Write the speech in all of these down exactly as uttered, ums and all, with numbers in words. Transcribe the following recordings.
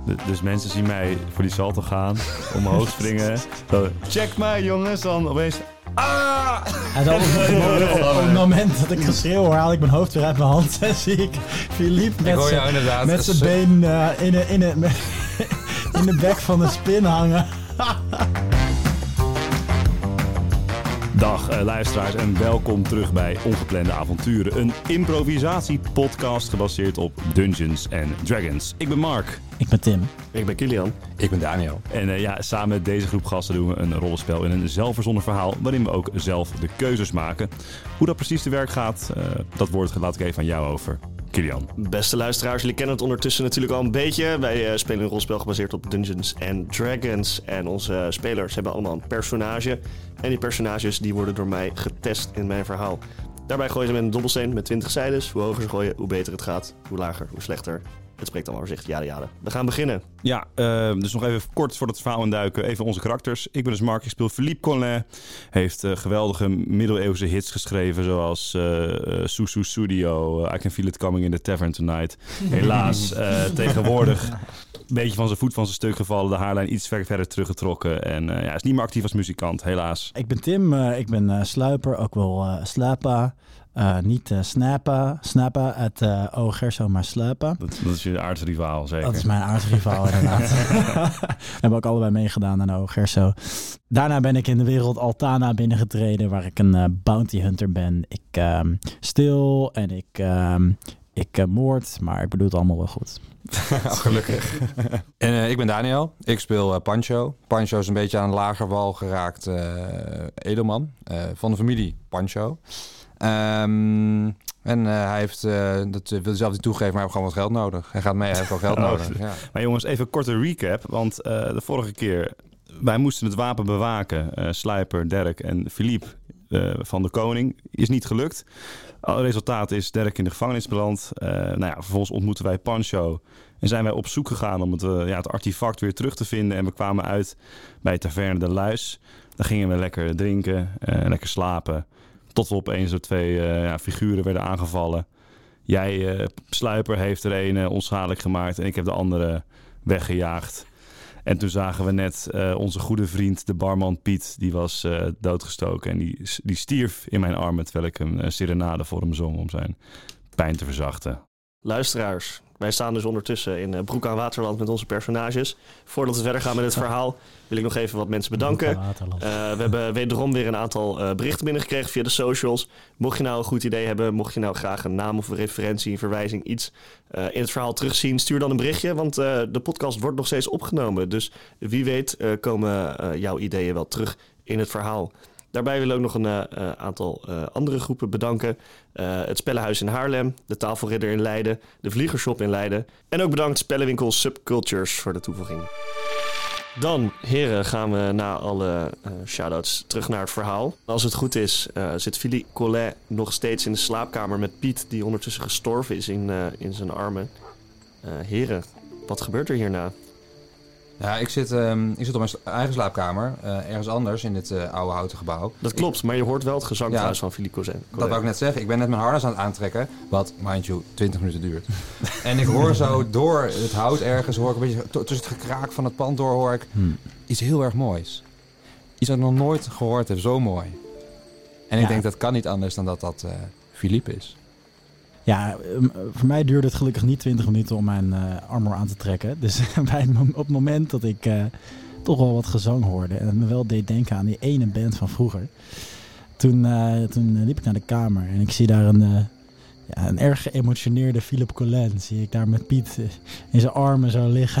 Dus mensen zien mij voor die salto gaan, omhoog springen. Zo, check mij jongens, dan opeens... Ah! En dan op, op, op het moment dat ik geschreeuw hoor, haal ik mijn hoofd weer uit mijn hand en zie ik Philippe met zijn, met zijn been uh, in, de, in, de, in de bek van de spin hangen. Dag uh, luisteraars en welkom terug bij Ongeplande Avonturen. Een improvisatiepodcast gebaseerd op Dungeons and Dragons. Ik ben Mark. Ik ben Tim. Ik ben Kilian. Ik ben Daniel. En uh, ja, samen met deze groep gasten doen we een rollenspel in een zelfverzonnen verhaal, waarin we ook zelf de keuzes maken. Hoe dat precies te werk gaat, uh, dat woord laat ik even aan jou over. Kilian. Beste luisteraars, jullie kennen het ondertussen natuurlijk al een beetje. Wij uh, spelen een rollenspel gebaseerd op Dungeons and Dragons. En onze uh, spelers hebben allemaal een personage. En die personages die worden door mij getest in mijn verhaal. Daarbij gooien ze met een dobbelsteen met twintig zijdes. Hoe hoger ze gooien, hoe beter het gaat. Hoe lager, hoe slechter. Het spreekt allemaal voor zich. Jade, jade. We gaan beginnen. Ja, uh, dus nog even kort voor het verhaal induiken. Even onze karakters. Ik ben dus Mark. Ik speel Philippe Collin. Heeft uh, geweldige middeleeuwse hits geschreven. Zoals uh, uh, Susu Studio. Uh, I Can Feel It Coming in the Tavern Tonight. Helaas uh, tegenwoordig een beetje van zijn voet van zijn stuk gevallen. De haarlijn iets ver, verder teruggetrokken. En uh, ja, is niet meer actief als muzikant. Helaas. Ik ben Tim. Uh, ik ben uh, sluiper. Ook wel uh, slapa. Uh, niet uh, snappen, snappen uit uh, O Gerso, maar sluipen. Dat, dat is je aardsrivaal, zeker? Dat is mijn aardsrivaal, inderdaad. We hebben ook allebei meegedaan aan O Gerso. Daarna ben ik in de wereld Altana binnengetreden, waar ik een uh, bounty hunter ben. Ik uh, stil en ik, uh, ik uh, moord, maar ik bedoel het allemaal wel goed. Gelukkig. En uh, ik ben Daniel. Ik speel uh, Pancho. Pancho is een beetje aan een lager wal geraakt uh, edelman uh, van de familie Pancho. Um, en uh, hij heeft, uh, dat wil hij zelf niet toegeven, maar hij heeft gewoon wat geld nodig. Hij gaat mee, hij heeft wel geld nodig. Ja. Maar jongens, even een korte recap. Want uh, de vorige keer, wij moesten het wapen bewaken. Uh, Sluiper, Derek en Philippe uh, van de koning. Is niet gelukt. Het resultaat is Derek in de gevangenis beland. Uh, nou ja, vervolgens ontmoeten wij Pancho. En zijn wij op zoek gegaan om het, uh, ja, het artefact weer terug te vinden. En we kwamen uit bij Taverne de Luis. Daar gingen we lekker drinken, uh, lekker slapen. Tot we opeens door twee uh, ja, figuren werden aangevallen. Jij, uh, Sluiper, heeft er een uh, onschadelijk gemaakt en ik heb de andere weggejaagd. En toen zagen we net uh, onze goede vriend, de barman Piet, die was uh, doodgestoken. En die, die stierf in mijn armen terwijl ik een uh, serenade voor hem zong om zijn pijn te verzachten. Luisteraars, wij staan dus ondertussen in uh, Broek aan Waterland met onze personages. Voordat we verder gaan met het verhaal, wil ik nog even wat mensen bedanken. Uh, we hebben wederom weer een aantal uh, berichten binnengekregen via de socials. Mocht je nou een goed idee hebben, mocht je nou graag een naam of een referentie, een verwijzing, iets uh, in het verhaal terugzien, stuur dan een berichtje, want uh, de podcast wordt nog steeds opgenomen. Dus wie weet uh, komen uh, jouw ideeën wel terug in het verhaal. Daarbij wil ik ook nog een uh, aantal uh, andere groepen bedanken. Uh, het Spellenhuis in Haarlem, de Tafelridder in Leiden, de Vliegershop in Leiden. En ook bedankt Spellenwinkel Subcultures voor de toevoeging. Dan, heren, gaan we na alle uh, shout-outs terug naar het verhaal. Als het goed is, uh, zit Philippe Collin nog steeds in de slaapkamer met Piet, die ondertussen gestorven is in, uh, in zijn armen. Uh, heren, wat gebeurt er hierna? Ja, ik zit, um, ik zit op mijn eigen slaapkamer, uh, ergens anders in dit uh, oude houten gebouw. Dat klopt, maar je hoort wel het gezang ja, trouwens van Philippe Collin. Dat wou ik net zeggen. Ik ben net mijn harnas aan het aantrekken, wat, mind you, twintig minuten duurt. En ik hoor zo door het hout ergens, hoor ik een beetje t- tussen het gekraak van het pand door, hoor ik hmm. iets heel erg moois. Iets wat ik nog nooit gehoord heb, zo mooi. En ik ja. denk dat kan niet anders dan dat dat uh, Philippe is. Ja, voor mij duurde het gelukkig niet twintig minuten om mijn uh, armor aan te trekken. Dus bij het mom- op het moment dat ik uh, toch wel wat gezang hoorde en het me wel deed denken aan die ene band van vroeger. Toen, uh, toen liep ik naar de kamer en ik zie daar een, uh, ja, een erg geëmotioneerde Philippe Collin. Zie ik daar met Piet uh, in zijn armen zo liggen.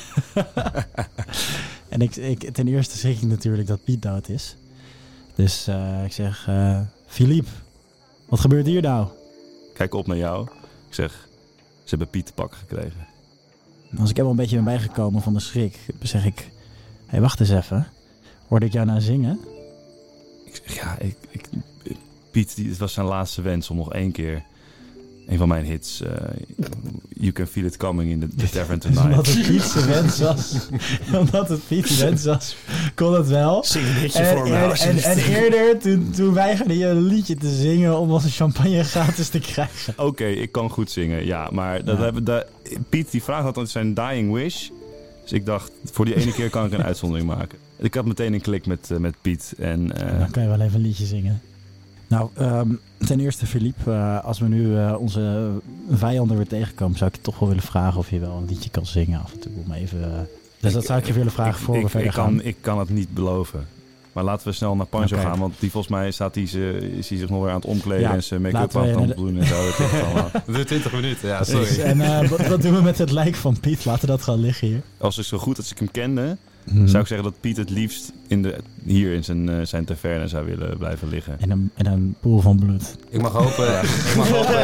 En ik, ik, ten eerste schrik ik natuurlijk dat Piet dood is. Dus uh, ik zeg, uh, Philippe, wat gebeurt hier nou? Kijk op naar jou. Ik zeg, ze hebben Piet te pakken gekregen. Als ik helemaal een beetje ben bijgekomen van de schrik, zeg ik, hé, hey, wacht eens even. Hoorde ik jou nou zingen? Ik zeg, ja, ik, ik, Piet, die, het was zijn laatste wens om nog één keer een van mijn hits, uh, You Can Feel It Coming in the, the Tavern Tonight. Omdat het Piet zijn wens was. Omdat het Piet zijn wens was, kon het wel. Zing een liedje en, voor me. En, en, en eerder, toen, toen weigerde je een liedje te zingen om onze champagne gratis te krijgen. Oké, okay, ik kan goed zingen, ja. Maar dat ja. hebben de, Piet die vraagt altijd zijn dying wish. Dus ik dacht, voor die ene keer kan ik een uitzondering maken. Ik had meteen een klik met, uh, met Piet. En, uh... Dan kan je wel even een liedje zingen. Nou, um, ten eerste Philippe, uh, als we nu uh, onze vijanden weer tegenkomen, zou ik je toch wel willen vragen of je wel een liedje kan zingen af en toe. Om even, uh... Dus dat zou ik je willen vragen ik, voor ik, we verder ik gaan. Kan, ik kan het niet beloven. Maar laten we snel naar Pancho okay. gaan, want die volgens mij staat die ze, is hij zich nog weer aan het omkleden ja, en zijn make-up aan het doen en zo. De twintig minuten, ja, sorry. En uh, wat, wat doen we met het lijk van Piet? Laten we dat gewoon liggen hier. Als ik zo goed als ik hem kende, hmm. zou ik zeggen dat Piet het liefst in de, hier in zijn, uh, zijn taverne zou willen blijven liggen. In een, in een poel van bloed. Ik mag hopen, ja. ik mag hopen,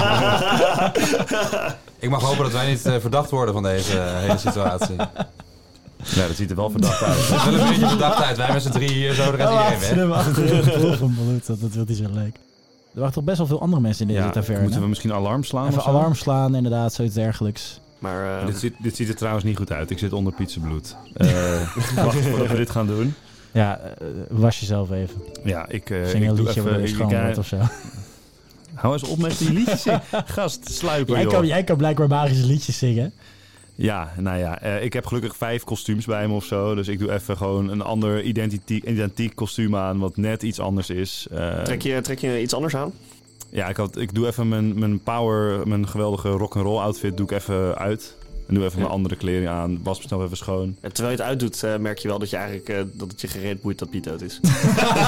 ik mag hopen dat wij niet uh, verdacht worden van deze uh, hele situatie. Ja, dat ziet er wel verdacht uit. Het is wel een beetje verdacht uit. Wij met z'n drie hier zo, de rest oh, iedereen weg. Achter een poel van bloed, dat, dat wil hij zo leuk. Er waren toch best wel veel andere mensen in deze ja, taverne. Moeten we misschien alarm slaan? Even alarm slaan, inderdaad, zoiets dergelijks. Maar uh, dit, ziet, dit ziet er trouwens niet goed uit. Ik zit onder Pietse bloed. Uh, wacht voordat we dit gaan doen. Ja, uh, was jezelf even. Ja, ik, uh, Zing ik een doe liedje even... waar je schoon wordt of zo. Hou eens op met die liedjes zingen. Gast, sluiper, jij joh. kan, jij kan blijkbaar magische liedjes zingen. Ja, nou ja, uh, ik heb gelukkig vijf kostuums bij me of zo. Dus ik doe even gewoon een ander identiek, identiek kostuum aan, wat net iets anders is. Uh, trek, je, trek je iets anders aan? Ja, ik, had, ik doe even mijn, mijn power, mijn geweldige rock'n'roll outfit doe ik even uit. En doe even ja. mijn andere kleren aan. Was snel even schoon. En terwijl je het uitdoet, uh, merk je wel dat je eigenlijk uh, dat het je gereed boeit dat Piet dood is. Ik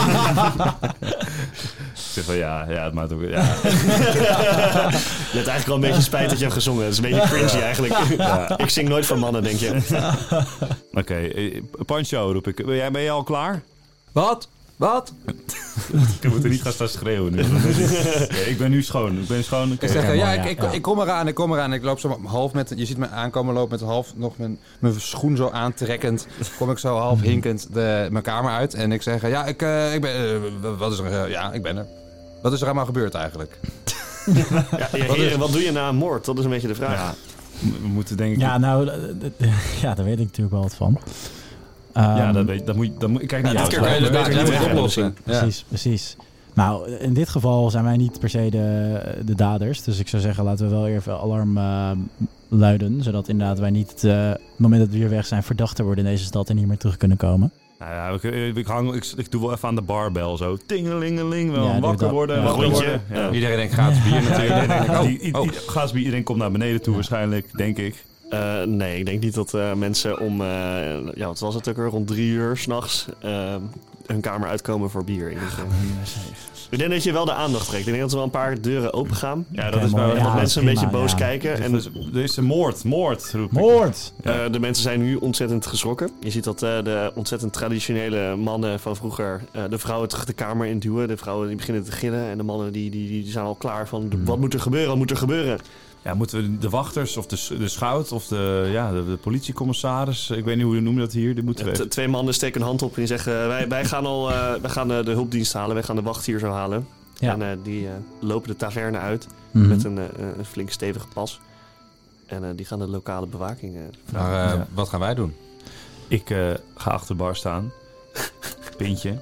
zeg van ja, ja, het maakt ook... Ja. Je hebt eigenlijk wel een beetje spijt dat je hebt gezongen. Het is een beetje cringy ja. eigenlijk. Ja. Ik zing nooit van mannen, denk je. Oké, okay. Pancho roep ik. Ben jij, ben jij al klaar? Wat? Wat? Ik moet er niet gaan staan schreeuwen nu. Okay, ik ben nu schoon. Ik ben schoon. Ik zeg, ja, ja, ik, ik, ik kom eraan, ik kom eraan. Ik loop zo half met... Je ziet me aankomen lopen met half nog mijn, mijn schoen zo aantrekkend. Kom ik zo half hinkend de, mijn kamer uit. En ik zeg, ja, ik, uh, ik ben... Uh, wat is er? Uh, ja, ik ben er. Wat is er allemaal gebeurd eigenlijk? Ja, ja, wat, heren, wat doe je na een moord? Dat is een beetje de vraag. Ja, we moeten denk ik... Ja, nou... Ja, daar weet ik natuurlijk wel wat van. Um, ja, dat, weet, dat moet je... Dat moet, kijk niet ja, uit. Dat kan je niet oplossen. Precies, ja. precies. Nou, in dit geval zijn wij niet per se de, de daders. Dus ik zou zeggen, laten we wel even alarm uh, luiden. Zodat inderdaad wij niet, op uh, het moment dat we hier weg zijn, verdachter worden in deze stad en niet meer terug kunnen komen. Nou ja, ik, ik, hang, ik, ik doe wel even aan de barbel zo. Tingelingeling, wel ja, wakker worden. Ja, wakker worden. Ja. Ja. Iedereen denkt gratis bier natuurlijk. Ja, iedereen, oh. Gratis bier, iedereen komt naar beneden toe ja. waarschijnlijk, denk ik. Uh, nee, ik denk niet dat uh, mensen om, uh, ja, wat was het ook weer, rond drie uur s'nachts uh, hun kamer uitkomen voor bier. Dus, uh, ik denk dat je wel de aandacht trekt. Ik denk dat er wel een paar deuren open gaan. Ja, dat is waar ja, dat mensen prima, een beetje boos ja. kijken. En er is een moord, moord, roep ik. Moord! Uh, de mensen zijn nu ontzettend geschrokken. Je ziet dat uh, de ontzettend traditionele mannen van vroeger uh, de vrouwen terug de kamer induwen. De vrouwen die beginnen te gillen en de mannen die, die, die zijn al klaar van mm. wat moet er gebeuren, wat moet er gebeuren? Ja, moeten we de wachters of de, de schout of de, ja, de, de politiecommissaris, ik weet niet hoe je noemt dat hier, die moeten we even... Twee mannen steken een hand op en die zeggen, wij, wij gaan al uh, wij gaan de, de hulpdienst halen, wij gaan de wacht hier zo halen. Ja. En uh, die uh, lopen de taverne uit mm-hmm. met een, uh, een flink stevige pas. En uh, die gaan de lokale bewaking uh, vragen. Maar uh, ja. wat gaan wij doen? Ik uh, ga achter de bar staan. Pintje.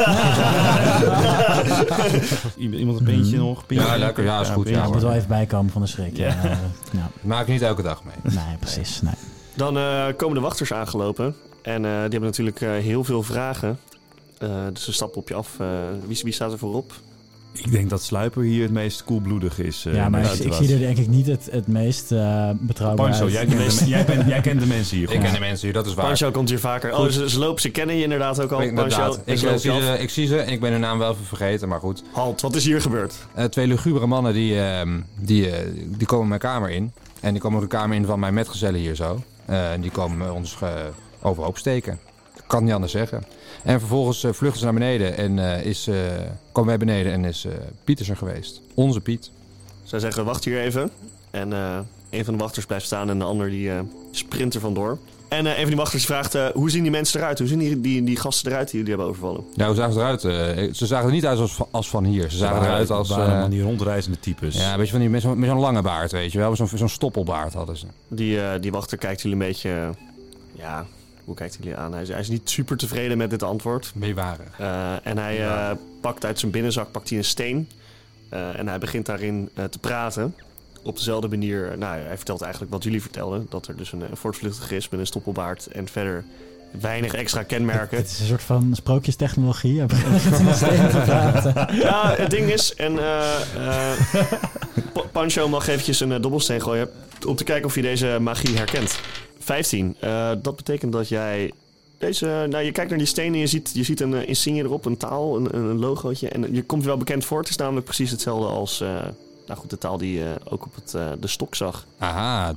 Iemand een pintje mm. nog? Pintje? Ja, lekker. Ja, is goed. Ja, ja, moet wel even bijkomen van de schrik. Ja. Ja. Ja. Maak ik niet elke dag mee. Nee, precies. Nee. Dan uh, komen de wachters aangelopen. En uh, die hebben natuurlijk uh, heel veel vragen. Uh, dus ze stappen op je af. Uh, wie, wie staat er voorop? Ik denk dat Sluiper hier het meest koelbloedig is. Uh, ja, maar ik, ik zie er denk ik niet het, het meest uh, betrouwbaar Pancho, uit. jij kent, de, jij, bent, jij kent de mensen hier. Ik ken de mensen hier, dat is waar. Pancho komt hier vaker. Oh, ze, ze lopen, ze kennen je inderdaad ook al. Ik, Pancho, ik, ik, zie ze, ik zie ze en ik ben hun naam wel even vergeten, maar goed. Halt, wat is hier gebeurd? Uh, twee lugubere mannen die, uh, die, uh, die komen mijn kamer in. En die komen de kamer in van mijn metgezellen hier zo. Uh, en die komen ons uh, overhoop steken. Ik kan het niet anders zeggen. En vervolgens uh, vluchten ze naar beneden en uh, is, uh, komen wij beneden en is uh, Pieters er geweest. Onze Piet. Zij zeggen, wacht hier even. En uh, een van de wachters blijft staan en de ander die uh, sprint er vandoor. En uh, een van die wachters vraagt, uh, hoe zien die mensen eruit? Hoe zien die, die, die gasten eruit die jullie hebben overvallen? Ja, hoe zagen ze eruit? Uh, ze zagen er niet uit als, als van hier. Ze zagen waren, eruit als... waren uh, van die rondreizende types. Ja, een beetje van die, met, zo'n, met zo'n lange baard, weet je wel. Zo'n, zo'n stoppelbaard hadden ze. Die, uh, die wachter kijkt jullie een beetje... Uh, ja... Hoe kijkt hij jullie aan? Hij is, hij is niet super tevreden met dit antwoord. Meewarig. Uh, en hij uh, pakt uit zijn binnenzak pakt hij een steen. Uh, en hij begint daarin uh, te praten. op dezelfde manier... Nou, hij vertelt eigenlijk wat jullie vertelden. Dat er dus een, een voortvluchtiger is met een stoppelbaard. En verder weinig extra kenmerken. Het is een soort van sprookjestechnologie. Hij begint in de steen te praten. Ja, het ding is... En uh, uh, Pancho mag eventjes een uh, dobbelsteen gooien... om te kijken of je deze magie herkent. vijftien. Uh, dat betekent dat jij... Deze, nou, je kijkt naar die stenen en je ziet, je ziet een uh, insigne erop, een taal, een, een logootje. En je komt je wel bekend voor. Het is namelijk precies hetzelfde als uh, nou goed, de taal die je uh, ook op het, uh, de stok zag. Aha.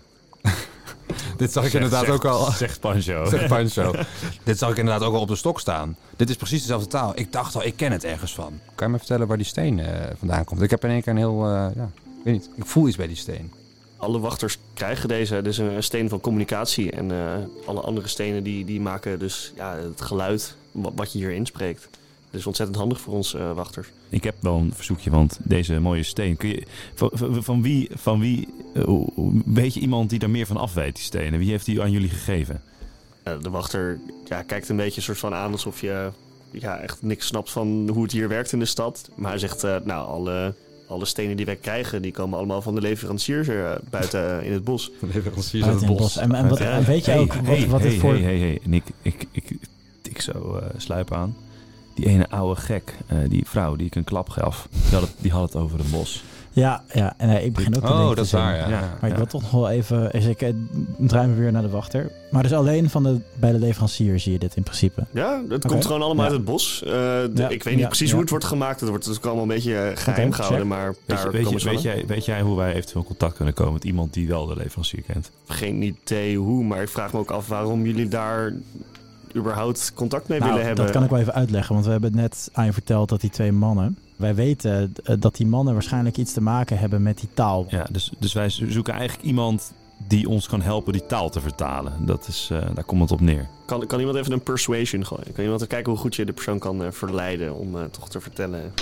Dit zag ik Zeg, inderdaad zegt, ook al. Zegt Pancho. Zegt Pancho. Dit zag ik inderdaad ook al op de stok staan. Dit is precies dezelfde taal. Ik dacht al, ik ken het ergens van. Kan je me vertellen waar die steen uh, vandaan komt? Ik heb in één keer een heel... Uh, ja, ik weet niet. Ik voel iets bij die steen. Alle wachters krijgen deze. Het is een, een steen van communicatie. En uh, alle andere stenen die, die maken dus ja, het geluid wat, wat je hier inspreekt. Dat is ontzettend handig voor ons uh, wachters. Ik heb wel een verzoekje, want deze mooie steen... Kun je, van, van, van wie, van wie uh, weet je iemand die daar meer van af weet, die stenen? Wie heeft die aan jullie gegeven? Uh, de wachter ja, kijkt een beetje soort van aan alsof je ja, echt niks snapt van hoe het hier werkt in de stad. Maar hij zegt, uh, nou, alle... Alle stenen die wij krijgen, die komen allemaal van de leveranciers uh, buiten uh, in het bos. De leveranciers uit het bos. bos. En, en, wat, en weet je hey, ook wat, hey, wat hey, het voor... Hey, hey, hey. En ik, ik, ik tik zo uh, sluip aan. Die ene oude gek, uh, die vrouw die ik een klap gaf, die had het, die had het over het bos. Ja, ja. En uh, ik begin ook te denken. Oh, dat is waar, ja. ja. Maar ja. ik wil toch nog wel even... Dus ik uh, draai me weer naar de wachter. Maar dus alleen van de, bij de leverancier zie je dit in principe. Ja, het okay. komt gewoon allemaal ja. uit het bos. Uh, de, ja. Ik weet niet ja. precies ja. hoe het wordt gemaakt. Het wordt natuurlijk allemaal een beetje uh, geheim okay, gehouden. Maar weet, daar je, weet, komen je, ze weet, jij, weet jij hoe wij eventueel in contact kunnen komen met iemand die wel de leverancier kent? Geen idee hoe, maar ik vraag me ook af waarom jullie daar überhaupt contact mee nou, willen hebben. Dat kan ik wel even uitleggen, want we hebben net aan je verteld dat die twee mannen... Wij weten dat die mannen waarschijnlijk iets te maken hebben met die taal. Ja, dus, dus wij zoeken eigenlijk iemand die ons kan helpen die taal te vertalen. Dat is, uh, daar komt het op neer. Kan, kan iemand even een persuasion gooien? Kan iemand even kijken hoe goed je de persoon kan uh, verleiden om uh, toch te vertellen?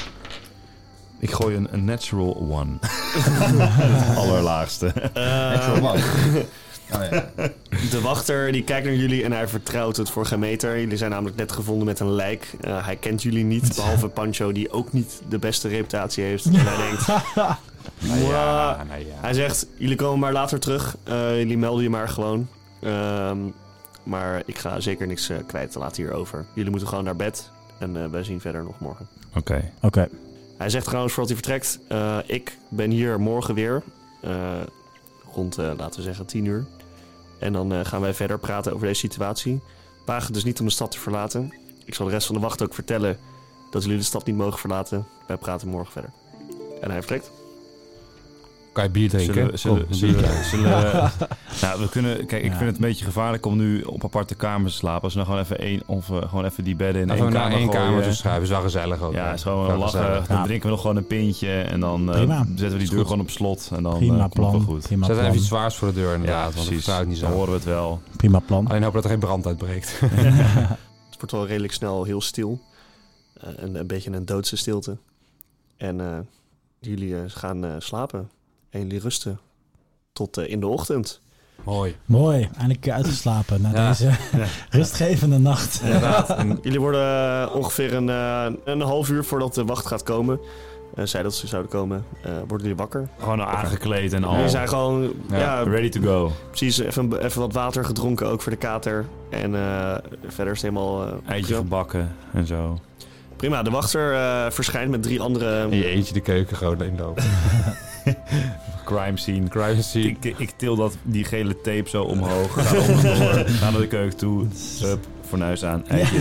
Ik gooi een, een natural one. Het allerlaagste. Uh, natural one. Oh, ja. De wachter die kijkt naar jullie en hij vertrouwt het voor geen meter. Jullie zijn namelijk net gevonden met een lijk. Uh, hij kent jullie niet, behalve Pancho die ook niet de beste reputatie heeft. En hij denkt... nou ja, nou ja. Hij zegt, jullie komen maar later terug. Uh, jullie melden je maar gewoon. Uh, maar ik ga zeker niks uh, kwijt te laten hierover. Jullie moeten gewoon naar bed. En uh, wij zien verder nog morgen. Oké. Okay. Oké. Okay. Hij zegt trouwens voordat hij vertrekt... Uh, ik ben hier morgen weer. Uh, rond, uh, laten we zeggen, tien uur. En dan uh, gaan wij verder praten over deze situatie. Waag het dus niet om de stad te verlaten. Ik zal de rest van de wacht ook vertellen dat jullie de stad niet mogen verlaten. Wij praten morgen verder. En hij vertrekt. Kan je bier drinken? Zullen, zullen, zullen, zullen, zullen, nou, we kunnen... Kijk, ik ja. vind het een beetje gevaarlijk om nu op aparte kamers te slapen. Als we nou gewoon even één of uh, gewoon even die bedden in nou, één kamer één gooien. kamer te schuiven. Is wel gezellig ook. Ja, is gewoon wel lachen. Gezellig. Dan ja. drinken we nog gewoon een pintje en dan uh, zetten we die deur gewoon op slot en dan Prima uh, komt plan. het wel goed. Prima Zet plan. even iets zwaars voor de deur inderdaad, ja, want dat niet zo. Dan horen we het wel. Prima plan. Alleen hopen dat er geen brand uitbreekt. Het wordt wel redelijk snel heel stil. Uh, een, een beetje een doodse stilte. En uh, jullie uh, gaan uh, slapen. En jullie rusten tot uh, in de ochtend. Mooi. Mooi. Eindelijk uitgeslapen na ja. deze ja. rustgevende nacht. Inderdaad. En jullie worden uh, ongeveer een, uh, een half uur voordat de wacht gaat komen. Uh, zei dat ze zouden komen. Uh, worden jullie wakker. Gewoon aangekleed en al. Jullie zijn gewoon... Ja, ja, ready to go. Precies. Even, even wat water gedronken, ook voor de kater. En uh, verder is het helemaal... Uh, Eitje gebakken en zo. Prima. De wachter uh, verschijnt met drie andere... En je eentje de keuken gewoon inlopen. Crime scene. Crime scene. Ik, ik, ik til dat, die gele tape zo omhoog. Ga onderdoor. Ga naar de keuken toe. Hup, fornuis aan. Eitje.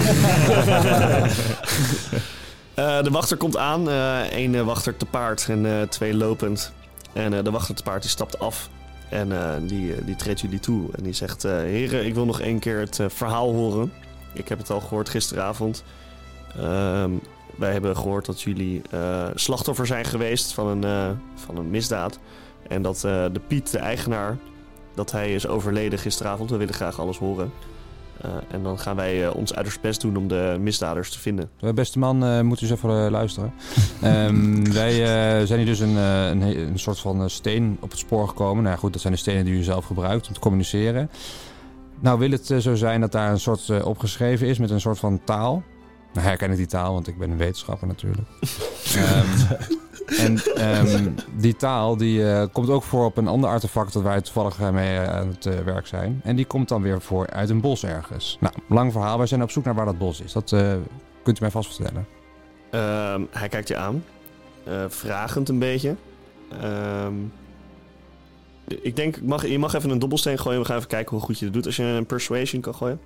uh, de wachter komt aan. Eén uh, wachter te paard en uh, twee lopend. En uh, de wachter te paard die stapt af. En uh, die, uh, die treedt jullie toe. En die zegt... Uh, heren, ik wil nog één keer het uh, verhaal horen. Ik heb het al gehoord gisteravond. Uh, wij hebben gehoord dat jullie uh, slachtoffer zijn geweest van een, uh, van een misdaad. En dat uh, de Piet, de eigenaar, dat hij is overleden gisteravond. We willen graag alles horen. Uh, en dan gaan wij uh, ons uiterst best doen om de misdaders te vinden. Beste man, uh, moet u eens even uh, luisteren. um, wij uh, zijn hier dus een, uh, een, een soort van uh, steen op het spoor gekomen. Nou goed, dat zijn de stenen die u zelf gebruikt om te communiceren. Nou wil het uh, zo zijn dat daar een soort uh, opgeschreven is met een soort van taal. Nou herken ik die taal, want ik ben een wetenschapper natuurlijk. um, En um, die taal die, uh, komt ook voor op een ander artefact dat wij toevallig uh, mee uh, aan het uh, werk zijn. En die komt dan weer voor uit een bos ergens. Nou, lang verhaal. Wij zijn op zoek naar waar dat bos is. Dat uh, kunt u mij vast vertellen. Um, hij kijkt je aan. Uh, vragend een beetje. Um, ik denk, mag, je mag even een dobbelsteen gooien. We gaan even kijken hoe goed je het doet. Als je een persuasion kan gooien.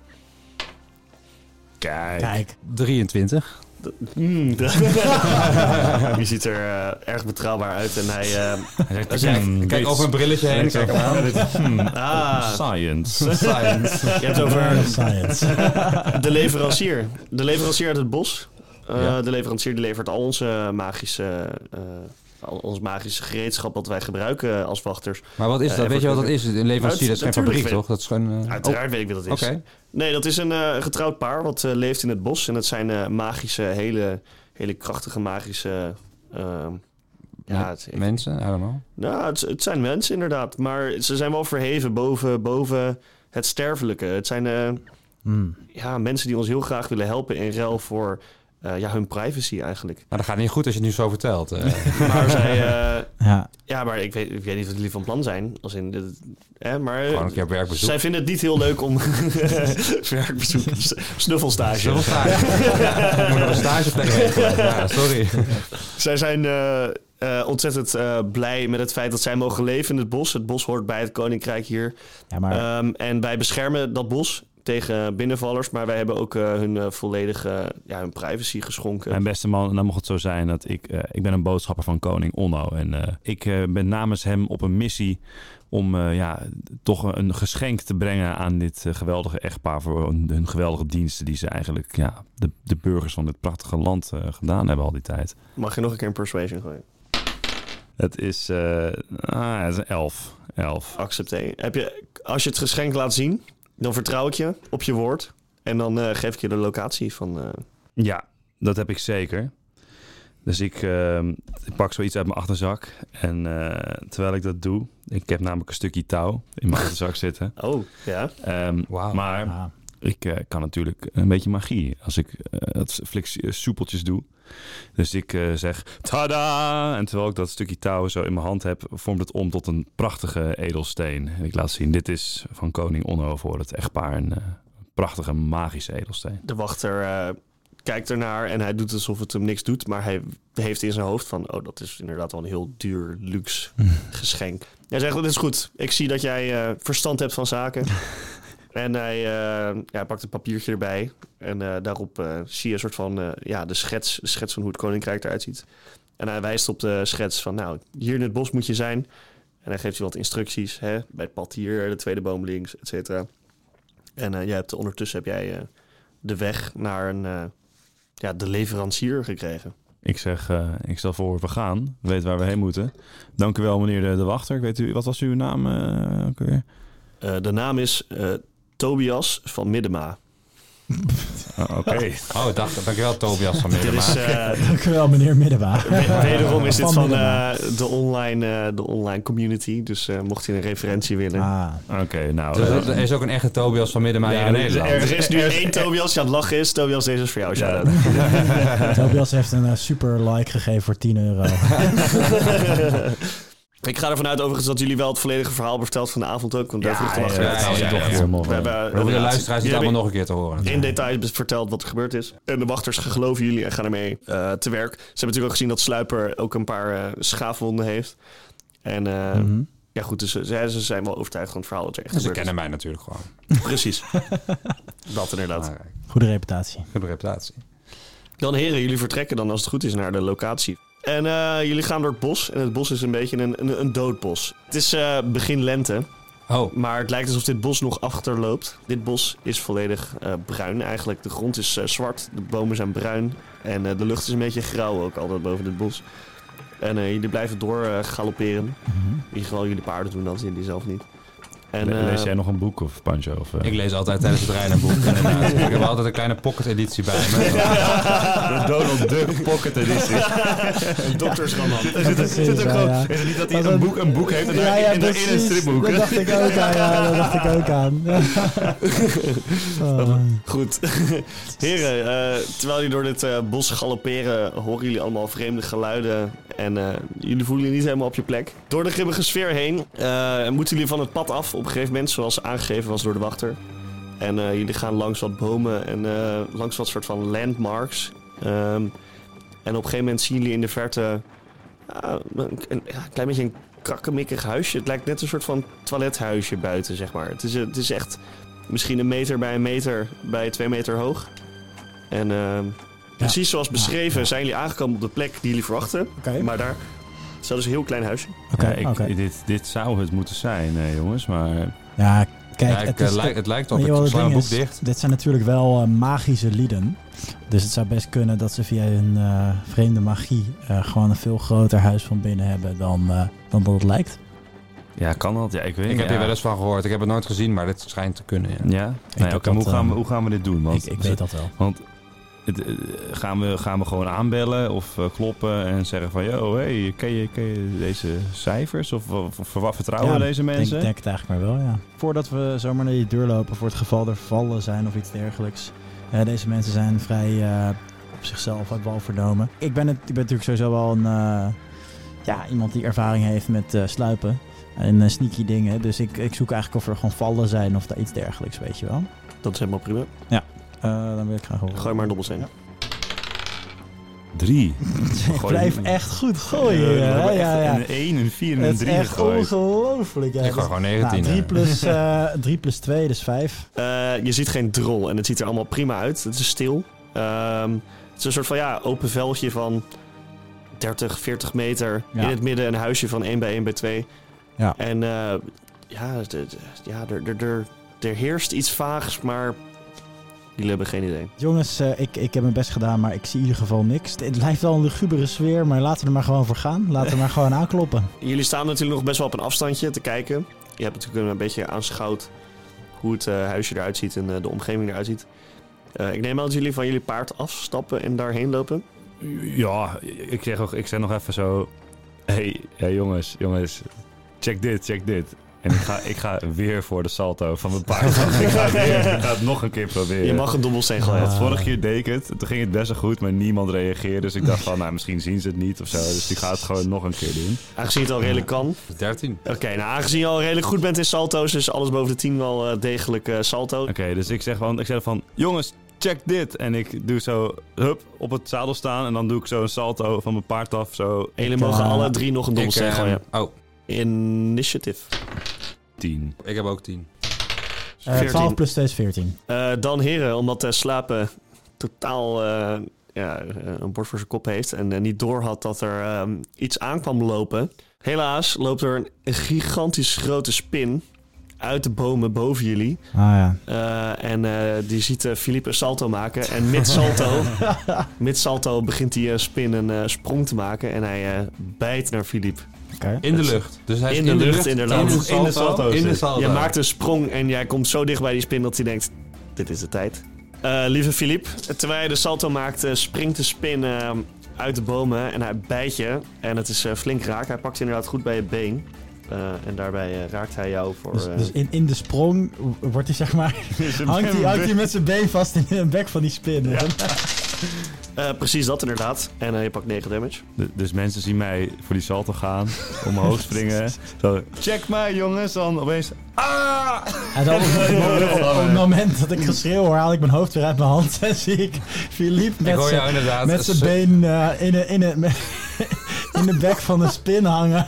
Kijk. Kijk. drieëntwintig. Mm, je ziet er uh, erg betrouwbaar uit. En hij... Uh, hij zegt, kijk, mm, kijk over een brilletje heen. Kijk hem aan. Hmm, ah, science. Science. Je hebt over Science. de leverancier. De leverancier uit het bos. Uh, Ja. De leverancier die levert al onze magische... Uh, al ons magische gereedschap wat wij gebruiken als wachters. Maar wat is Uh, dat? Weet je wat dat voor- is? Een leverancier, dat is geen Natuurlijk fabriek, weet- toch? Dat is gewoon... Uh... Uiteraard weet ik wat het is. Oké. Nee, dat is een uh, getrouwd paar wat uh, leeft in het bos. En het zijn uh, magische, hele, hele krachtige magische... Uh, ja, het, ik- Mensen, I don't know. nou, het, het zijn mensen inderdaad. Maar ze zijn wel verheven boven, boven het sterfelijke. Het zijn uh, Mm. ja, mensen die ons heel graag willen helpen in ruil voor uh, ja, hun privacy eigenlijk. Nou, dat gaat niet goed als je het nu zo vertelt. Uh. Maar zij... Uh, Ja. ja, maar ik weet, ik weet niet wat jullie van plan zijn. Als in dit, hè, maar Gewoon een keer op werkbezoek. zij vinden het niet heel leuk om werkbezoek, snuffelstage. Zullen we stage? Ik moet nog een stageplek regelen. Ja, sorry. Zij zijn uh, uh, ontzettend uh, blij met het feit dat zij mogen leven in het bos. Het bos hoort bij het koninkrijk hier. Ja, maar Um, en wij beschermen dat bos tegen binnenvallers. Maar wij hebben ook uh, hun uh, volledige ja, hun privacy geschonken. Mijn beste man, dan mocht het zo zijn dat ik... Uh, ik ben een boodschapper van koning Onno. En uh, ik uh, ben namens hem op een missie om uh, ja, toch een geschenk te brengen aan dit uh, geweldige echtpaar voor hun, hun geweldige diensten die ze eigenlijk ja, de, de burgers van dit prachtige land uh, gedaan hebben al die tijd. Mag je nog een keer een persuasion gooien? Het is, uh, ah, het is een elf. elf. Accepteer. Heb je, als je het geschenk laat zien, dan vertrouw ik je op je woord. En dan uh, geef ik je de locatie van... Uh... Ja, dat heb ik zeker. Dus ik, uh, ik pak zoiets uit mijn achterzak. En uh, terwijl ik dat doe... Ik heb namelijk een stukje touw in mijn achterzak zitten. Oh, ja. Um, Wauw. Maar ah, ik uh, kan natuurlijk een beetje magie. Als ik uh, het flexi- uh, soepeltjes doe. Dus ik uh, zeg tada! En terwijl ik dat stukje touw zo in mijn hand heb... vormt het om tot een prachtige edelsteen. En ik laat zien, dit is van koning Onno voor het echtpaar. Een uh, prachtige magische edelsteen. De wachter uh, kijkt ernaar en hij doet alsof het hem niks doet. Maar hij heeft in zijn hoofd van... oh, dat is inderdaad wel een heel duur, luxe geschenk. Hij zegt, dat is goed. Ik zie dat jij uh, verstand hebt van zaken. En hij, uh, ja, hij pakt een papiertje erbij. En uh, daarop uh, zie je een soort van... Uh, ja, de schets, de schets van hoe het koninkrijk eruit ziet. En hij wijst op de schets van... nou, hier in het bos moet je zijn. En hij geeft je wat instructies. Hè? Bij het pad hier, de tweede boom links, et cetera. En uh, jij hebt, ondertussen heb jij uh, de weg naar een, uh, ja, de leverancier gekregen. Ik zeg, uh, ik stel voor, we gaan. We weten waar we heen moeten. Dank u wel, meneer de, de wachter. Weet u, wat was uw naam uh, ook weer? Uh, de naam is uh, Tobias van Middema. Oh, Oké. Okay. Oh, ik dacht, dankjewel Tobias van Dit Middema. is, uh, dank u wel, meneer Middema. we- wederom is dit Van van Middema. uh, de, online, uh, de online community. Dus uh, mocht je een referentie willen. Ah, Oké, okay, nou. Dus Uh, er is ook een echte Tobias van Middema Ja, hier in er- Nederland. Er is nu één Tobias die aan het lachen is. Tobias, deze is voor jou. Ja. Shout-out. Tobias heeft een uh, super like gegeven voor tien euro. Ik ga ervan uit overigens dat jullie wel het volledige verhaal hebben verteld van de avond ook. Want daar vroeg de ja, wachter ja, uit. ja, ja, ja, toch ja. helemaal We van. hebben, We hoeven de inderdaad, luisteraars jullie het allemaal hebben nog een keer te horen. in detail verteld wat er gebeurd is. En de wachters geloven jullie en gaan ermee uh, te werk. Ze hebben natuurlijk ook gezien dat Sluiper ook een paar uh, schaafwonden heeft. En uh, Mhm. ja goed, dus ze, ze zijn wel overtuigd van het verhaal dat er echt Ze gebeurd kennen mij natuurlijk gewoon. is. Precies. Dat inderdaad. Belangrijk. Goede reputatie. Goede reputatie. Dan heren, jullie vertrekken dan als het goed is naar de locatie. En uh, jullie gaan door het bos. En het bos is een beetje een, een, een dood bos. Het is uh, begin lente. Oh, Maar het lijkt alsof dit bos nog achterloopt. Dit bos is volledig uh, bruin eigenlijk. De grond is uh, zwart, de bomen zijn bruin. En uh, de lucht is een beetje grauw ook altijd boven dit bos. En uh, jullie blijven door uh, galopperen. Mhm. In ieder geval jullie paarden doen dat, jullie zelf niet. En, Le- lees uh, jij nog een boek of Pancho? Of, uh... Ik lees altijd tijdens het rijden een boek. Inderdaad. Ik heb altijd een kleine pocket editie bij me. De Donald Duck pocket editie. Een doktersroman. Is het, is het ook gewoon, is het niet dat hij een boek een boek heeft en ja, daar ja, in, in, in een stripboek? Dat dacht ik ook aan. Ja, dat dacht ik ook aan. oh. Goed. Heren, uh, terwijl jullie door dit uh, bos galopperen, horen jullie allemaal vreemde geluiden. En uh, jullie voelen je niet helemaal op je plek. Door de grimmige sfeer heen uh, moeten jullie van het pad af. Op een gegeven moment, zoals aangegeven was door de wachter. En uh, jullie gaan langs wat bomen en uh, langs wat soort van landmarks. Um, en op een gegeven moment zien jullie in de verte uh, een, een ja, klein beetje een krakkemikkig huisje. Het lijkt net een soort van toilethuisje buiten, zeg maar. Het is, het is echt misschien een meter bij een meter bij twee meter hoog. En uh, ja. precies zoals beschreven ja, ja. zijn jullie aangekomen op de plek die jullie verwachten. Okay. Maar daar staat dus een heel klein huisje. Okay, ja, ik, okay. dit, dit zou het moeten zijn, nee, jongens, maar... Ja, kijk, ja, ik, het, is, lijk, het lijkt op, ik sla een boek is, dicht. Dit zijn natuurlijk wel uh, magische lieden. Dus het zou best kunnen dat ze via hun uh, vreemde magie uh, gewoon een veel groter huis van binnen hebben dan, uh, dan dat het lijkt. Ja, kan dat? Ja, ik weet Ik ja. heb hier wel eens van gehoord. Ik heb het nooit gezien, maar dit schijnt te kunnen. Ja, ja? Nou ja, okay, hoe, gaan we, hoe gaan we dit doen? Want, ik ik weet dat wel. Want het, uh, gaan, we, gaan we gewoon aanbellen of uh, kloppen en zeggen van... Yo, hey, ken je, ken je deze cijfers? Of, of, of, of vertrouwen ja, we deze mensen? Ik denk het eigenlijk maar wel, ja. Voordat we zomaar naar die deur lopen voor het geval er vallen zijn of iets dergelijks. Uh, deze mensen zijn vrij uh, op zichzelf uit wal vernomen. Ik ben, het, ik ben natuurlijk sowieso wel een, uh, ja, iemand die ervaring heeft met uh, sluipen. En uh, sneaky dingen. Dus ik, ik zoek eigenlijk of er gewoon vallen zijn of daar iets dergelijks, weet je wel. Dat is helemaal prima. Ja, uh, dan wil ik graag horen. Gooi maar een dobbelsteen. Ja. Drie. Ik blijf echt goed gooien. Ja, ja, ja, ja. Een één, een vier en een drie. Het is echt ongelooflijk. Ja. Ik ga gewoon negentien. Nou, drie plus, uh, drie plus twee, dus vijf. Uh, je ziet geen drol en het ziet er allemaal prima uit. Het is stil. Um, het is een soort van ja, open veldje van dertig, veertig meter. Ja. In het midden een huisje van één bij één bij twee. Ja. En uh, ja, de, de, ja er, er, er, er heerst iets vaags, maar jullie hebben geen idee. Jongens, uh, ik, ik heb mijn best gedaan, maar ik zie in ieder geval niks. Het lijkt wel een lugubere sfeer, maar laten we er maar gewoon voor gaan. Laten we maar gewoon aankloppen. Jullie staan natuurlijk nog best wel op een afstandje te kijken. Je hebt natuurlijk een beetje aanschouwd hoe het uh, huisje eruit ziet en uh, de omgeving eruit ziet. Uh, ik neem aan dat jullie van jullie paard afstappen en daarheen lopen. Ja, ik zeg, ook, ik zeg nog even zo... Hé, hey, hey jongens, jongens, check dit, check dit. En ik ga, ik ga weer voor de salto van mijn paard. ik, ga weer, ik ga het nog een keer proberen. Je mag een dobbelsteen gooien. Ja. Vorige keer deed ik het. Toen ging het best wel goed, maar niemand reageerde. Dus ik dacht van, nou, misschien zien ze het niet of zo. Dus ik ga het gewoon nog een keer doen. Aangezien het al redelijk kan. dertien. Oké, okay, nou aangezien je al redelijk goed bent in salto's, is alles boven de tien wel uh, degelijk uh, salto. Oké, okay, dus ik zeg van, ik zeg van, jongens, check dit. En ik doe zo, hup, op het zadel staan. En dan doe ik zo een salto van mijn paard af. Zo. En jullie mogen uh, alle drie nog een dobbelsteen uh, gooien. Oh. Initiative. tien. Ik heb ook tien. Uh, twaalf plus twee is veertien. Uh, dan heren, omdat uh, slapen totaal uh, ja, een bord voor zijn kop heeft en uh, niet door had dat er um, iets aan kwam lopen. Helaas loopt er een, een gigantisch grote spin uit de bomen boven jullie. Ah, ja. Uh, en uh, die ziet uh, Philippe een salto maken. En mid salto, mid salto begint die uh, spin een uh, sprong te maken. En hij uh, bijt naar Philippe. Okay. In de lucht. Dus hij is in, in de lucht, lucht inderdaad. In de salto. In de salto. In de salto. Je maakt een sprong en jij komt zo dicht bij die spin dat hij denkt, dit is de tijd. Uh, lieve Philippe, terwijl je de salto maakt, uh, springt de spin uh, uit de bomen en hij bijt je. En het is uh, flink raak. Hij pakt je inderdaad goed bij je been. Uh, en daarbij uh, raakt hij jou voor... Dus, uh... dus in, in de sprong wordt hij zeg maar... hangt hij hangt hij met zijn been vast in een bek van die spin. Ja. Uh, precies dat inderdaad. En uh, je pakt negen damage. De, dus mensen zien mij voor die salto gaan, omhoog springen. Zo, check mij jongens, dan opeens... Ah! En dan op, op, op, op het moment dat ik geschreeuw hoor, haal ik mijn hoofd weer uit mijn hand en zie ik Philippe met zijn met zijn been uh, in, een, in, een, in de bek van de spin hangen.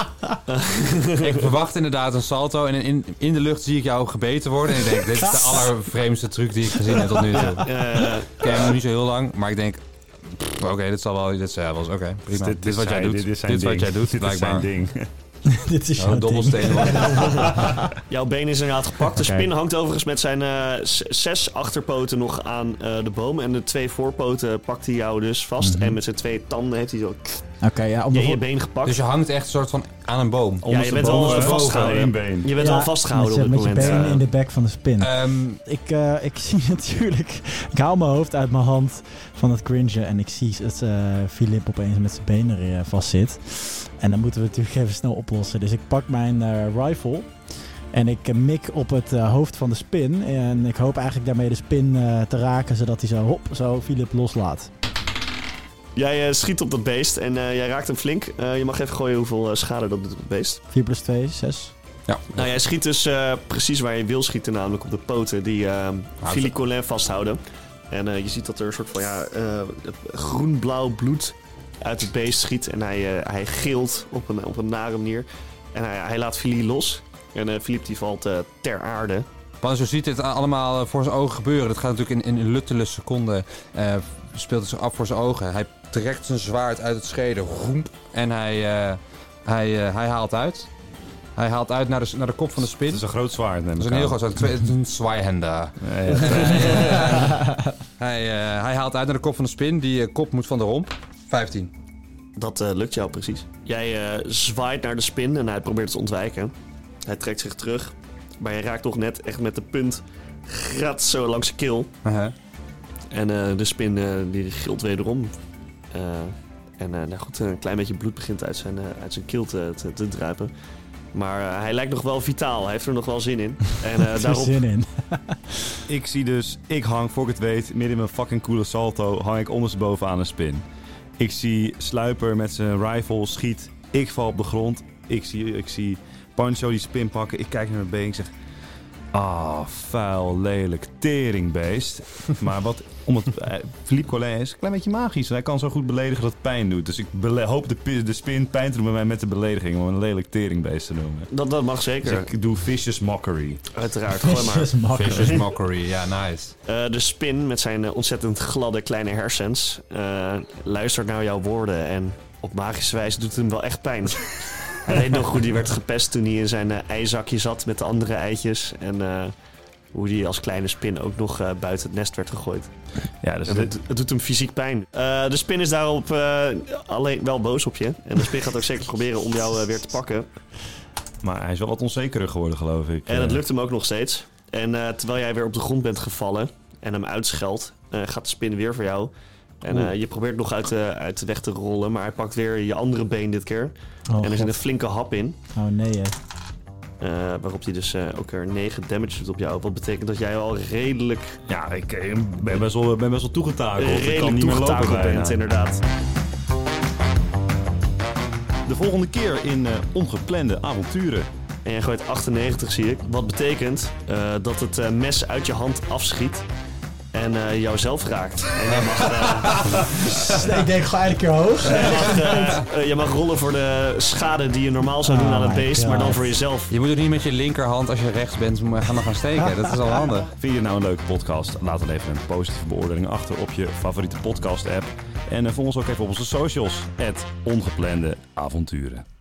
Ik verwacht inderdaad een salto en in, in de lucht zie ik jou gebeten worden. En ik denk, dit is de allervreemdste truc die ik gezien heb tot nu toe. Uh, ik ken hem nog niet zo heel lang, maar ik denk... Oké, okay, dit zal wel... Dit is wel oké, okay, prima. Dit, dit, dit, wat jij doet, dit, dit, dit is wat jij doet, dit blijkbaar. Is zijn ding. Dit is Oh, jouw dobbelstenen. Jouw been is inderdaad gepakt. De Oké. spin hangt overigens met zijn uh, s- zes achterpoten nog aan uh, de boom. En de twee voorpoten pakt hij jou dus vast. Mm-hmm. En met zijn twee tanden heeft hij zo Oké, okay, ja, om de je, je vo- been gepakt. Dus je hangt echt een soort van aan een boom. ja, je bent wel uh, vastgehouden. één been. Je bent ja, wel vastgehouden met op je, dit met je moment. benen in de bek van de spin. Ehm, Ik, uh, ik zie natuurlijk... Ik haal mijn hoofd uit mijn hand van het cringen. En ik zie dat uh, Philip opeens met zijn benen er uh, vast zit. En dan moeten we het natuurlijk even snel oplossen. Dus ik pak mijn uh, rifle. En ik uh, mik op het uh, hoofd van de spin. En ik hoop eigenlijk daarmee de spin uh, te raken. Zodat hij zo, hop, zo Philip loslaat. Jij uh, schiet op dat beest en uh, jij raakt hem flink. Uh, je mag even gooien hoeveel uh, schade dat doet op het beest. vier plus twee, zes. ja. Nou, jij schiet dus uh, precies waar je wil schieten, namelijk op de poten die uh, Philly Collin vasthouden. En uh, je ziet dat er een soort van ja, uh, groen-blauw bloed uit het beest schiet. En hij, uh, hij gilt op een, op een nare manier. En hij, hij laat Philly los. En uh, Philippe die valt uh, ter aarde. Pancho ziet dit allemaal voor zijn ogen gebeuren. Dat gaat natuurlijk in, in luttele seconden. Uh, speelt het zich af voor zijn ogen. Hij trekt zijn zwaard uit het scheden. Roemp, en hij, uh, hij, uh, hij haalt uit. Hij haalt uit naar de, naar de kop van de spin. Het is een groot zwaard. Dat is een heel groot zwaard. Het is een zwaaihender. Ja, ja. hij, uh, hij haalt uit naar de kop van de spin. Die uh, kop moet van de romp. vijftien. Dat uh, lukt jou precies. Jij uh, zwaait naar de spin en hij probeert te ontwijken. Hij trekt zich terug. Maar je raakt nog net echt met de punt. Grat zo langs je keel. Uh-huh. En uh, de spin uh, die gilt wederom. Uh, en uh, nou goed, een klein beetje bloed begint uit zijn, uh, uit zijn keel te, te, te druipen. Maar uh, hij lijkt nog wel vitaal. Hij heeft er nog wel zin in. En uh, Er daarop... zin in. Ik zie dus, ik hang, voor ik het weet, midden in mijn fucking coole salto, hang ik ondersteboven aan een spin. Ik zie Sluiper met zijn rifle schiet. Ik val op de grond. Ik zie, ik zie Pancho die spin pakken. Ik kijk naar mijn been. Ik zeg, ah, vuil, lelijk, teringbeest. Maar wat, omdat eh, Philippe Collin is een klein beetje magisch. Hij kan zo goed beledigen dat het pijn doet. Dus ik bele- hoop de, de spin pijn te doen bij mij met de belediging. Om een lelijk teringbeest te noemen. Dat, dat mag zeker. Dus ik doe vicious mockery. Uiteraard, gooi maar. Vicious mockery. Vicious mockery, ja, nice. Uh, de spin met zijn uh, ontzettend gladde kleine hersens uh, luistert naar jouw woorden en op magische wijze doet het hem wel echt pijn. Hij weet nog hoe hij werd gepest toen hij in zijn uh, eizakje zat met de andere eitjes en uh, hoe hij als kleine spin ook nog uh, buiten het nest werd gegooid. Ja, dus En het, het doet hem fysiek pijn. Uh, de spin is daarop uh, alleen wel boos op je en de spin gaat ook zeker proberen om jou uh, weer te pakken. Maar hij is wel wat onzekerder geworden, geloof ik. En het lukt hem ook nog steeds. En uh, terwijl jij weer op de grond bent gevallen en hem uitscheldt, uh, gaat de spin weer voor jou. En uh, je probeert nog uit de, uit de weg te rollen, maar hij pakt weer je andere been dit keer. Oh, en er zit een God. flinke hap in. Oh nee, hè. Uh, waarop hij dus uh, ook er negen damage doet op jou. Wat betekent dat jij al redelijk, Ja, ik eh, ben best wel, ben best wel toegetakeld. Ik kan redelijk niet meer lopen toegetakeld bijna. bent, inderdaad. De volgende keer in uh, Ongeplande Avonturen. En jij gooit achtennegentig, zie ik. Wat betekent uh, dat het uh, mes uit je hand afschiet en uh, jou zelf raakt. En jij mag, uh, Ik denk gewoon een keer hoog. je, mag, uh, uh, je mag rollen voor de schade die je normaal zou doen Oh aan het my beest, maar dan God. voor jezelf. Je moet het niet met je linkerhand als je rechts bent gaan dan gaan steken. Dat is al handig. Vind je het nou een leuke podcast? Laat dan even een positieve beoordeling achter op je favoriete podcast app. En uh, volg ons ook even op onze socials. at Ongeplande Avonturen.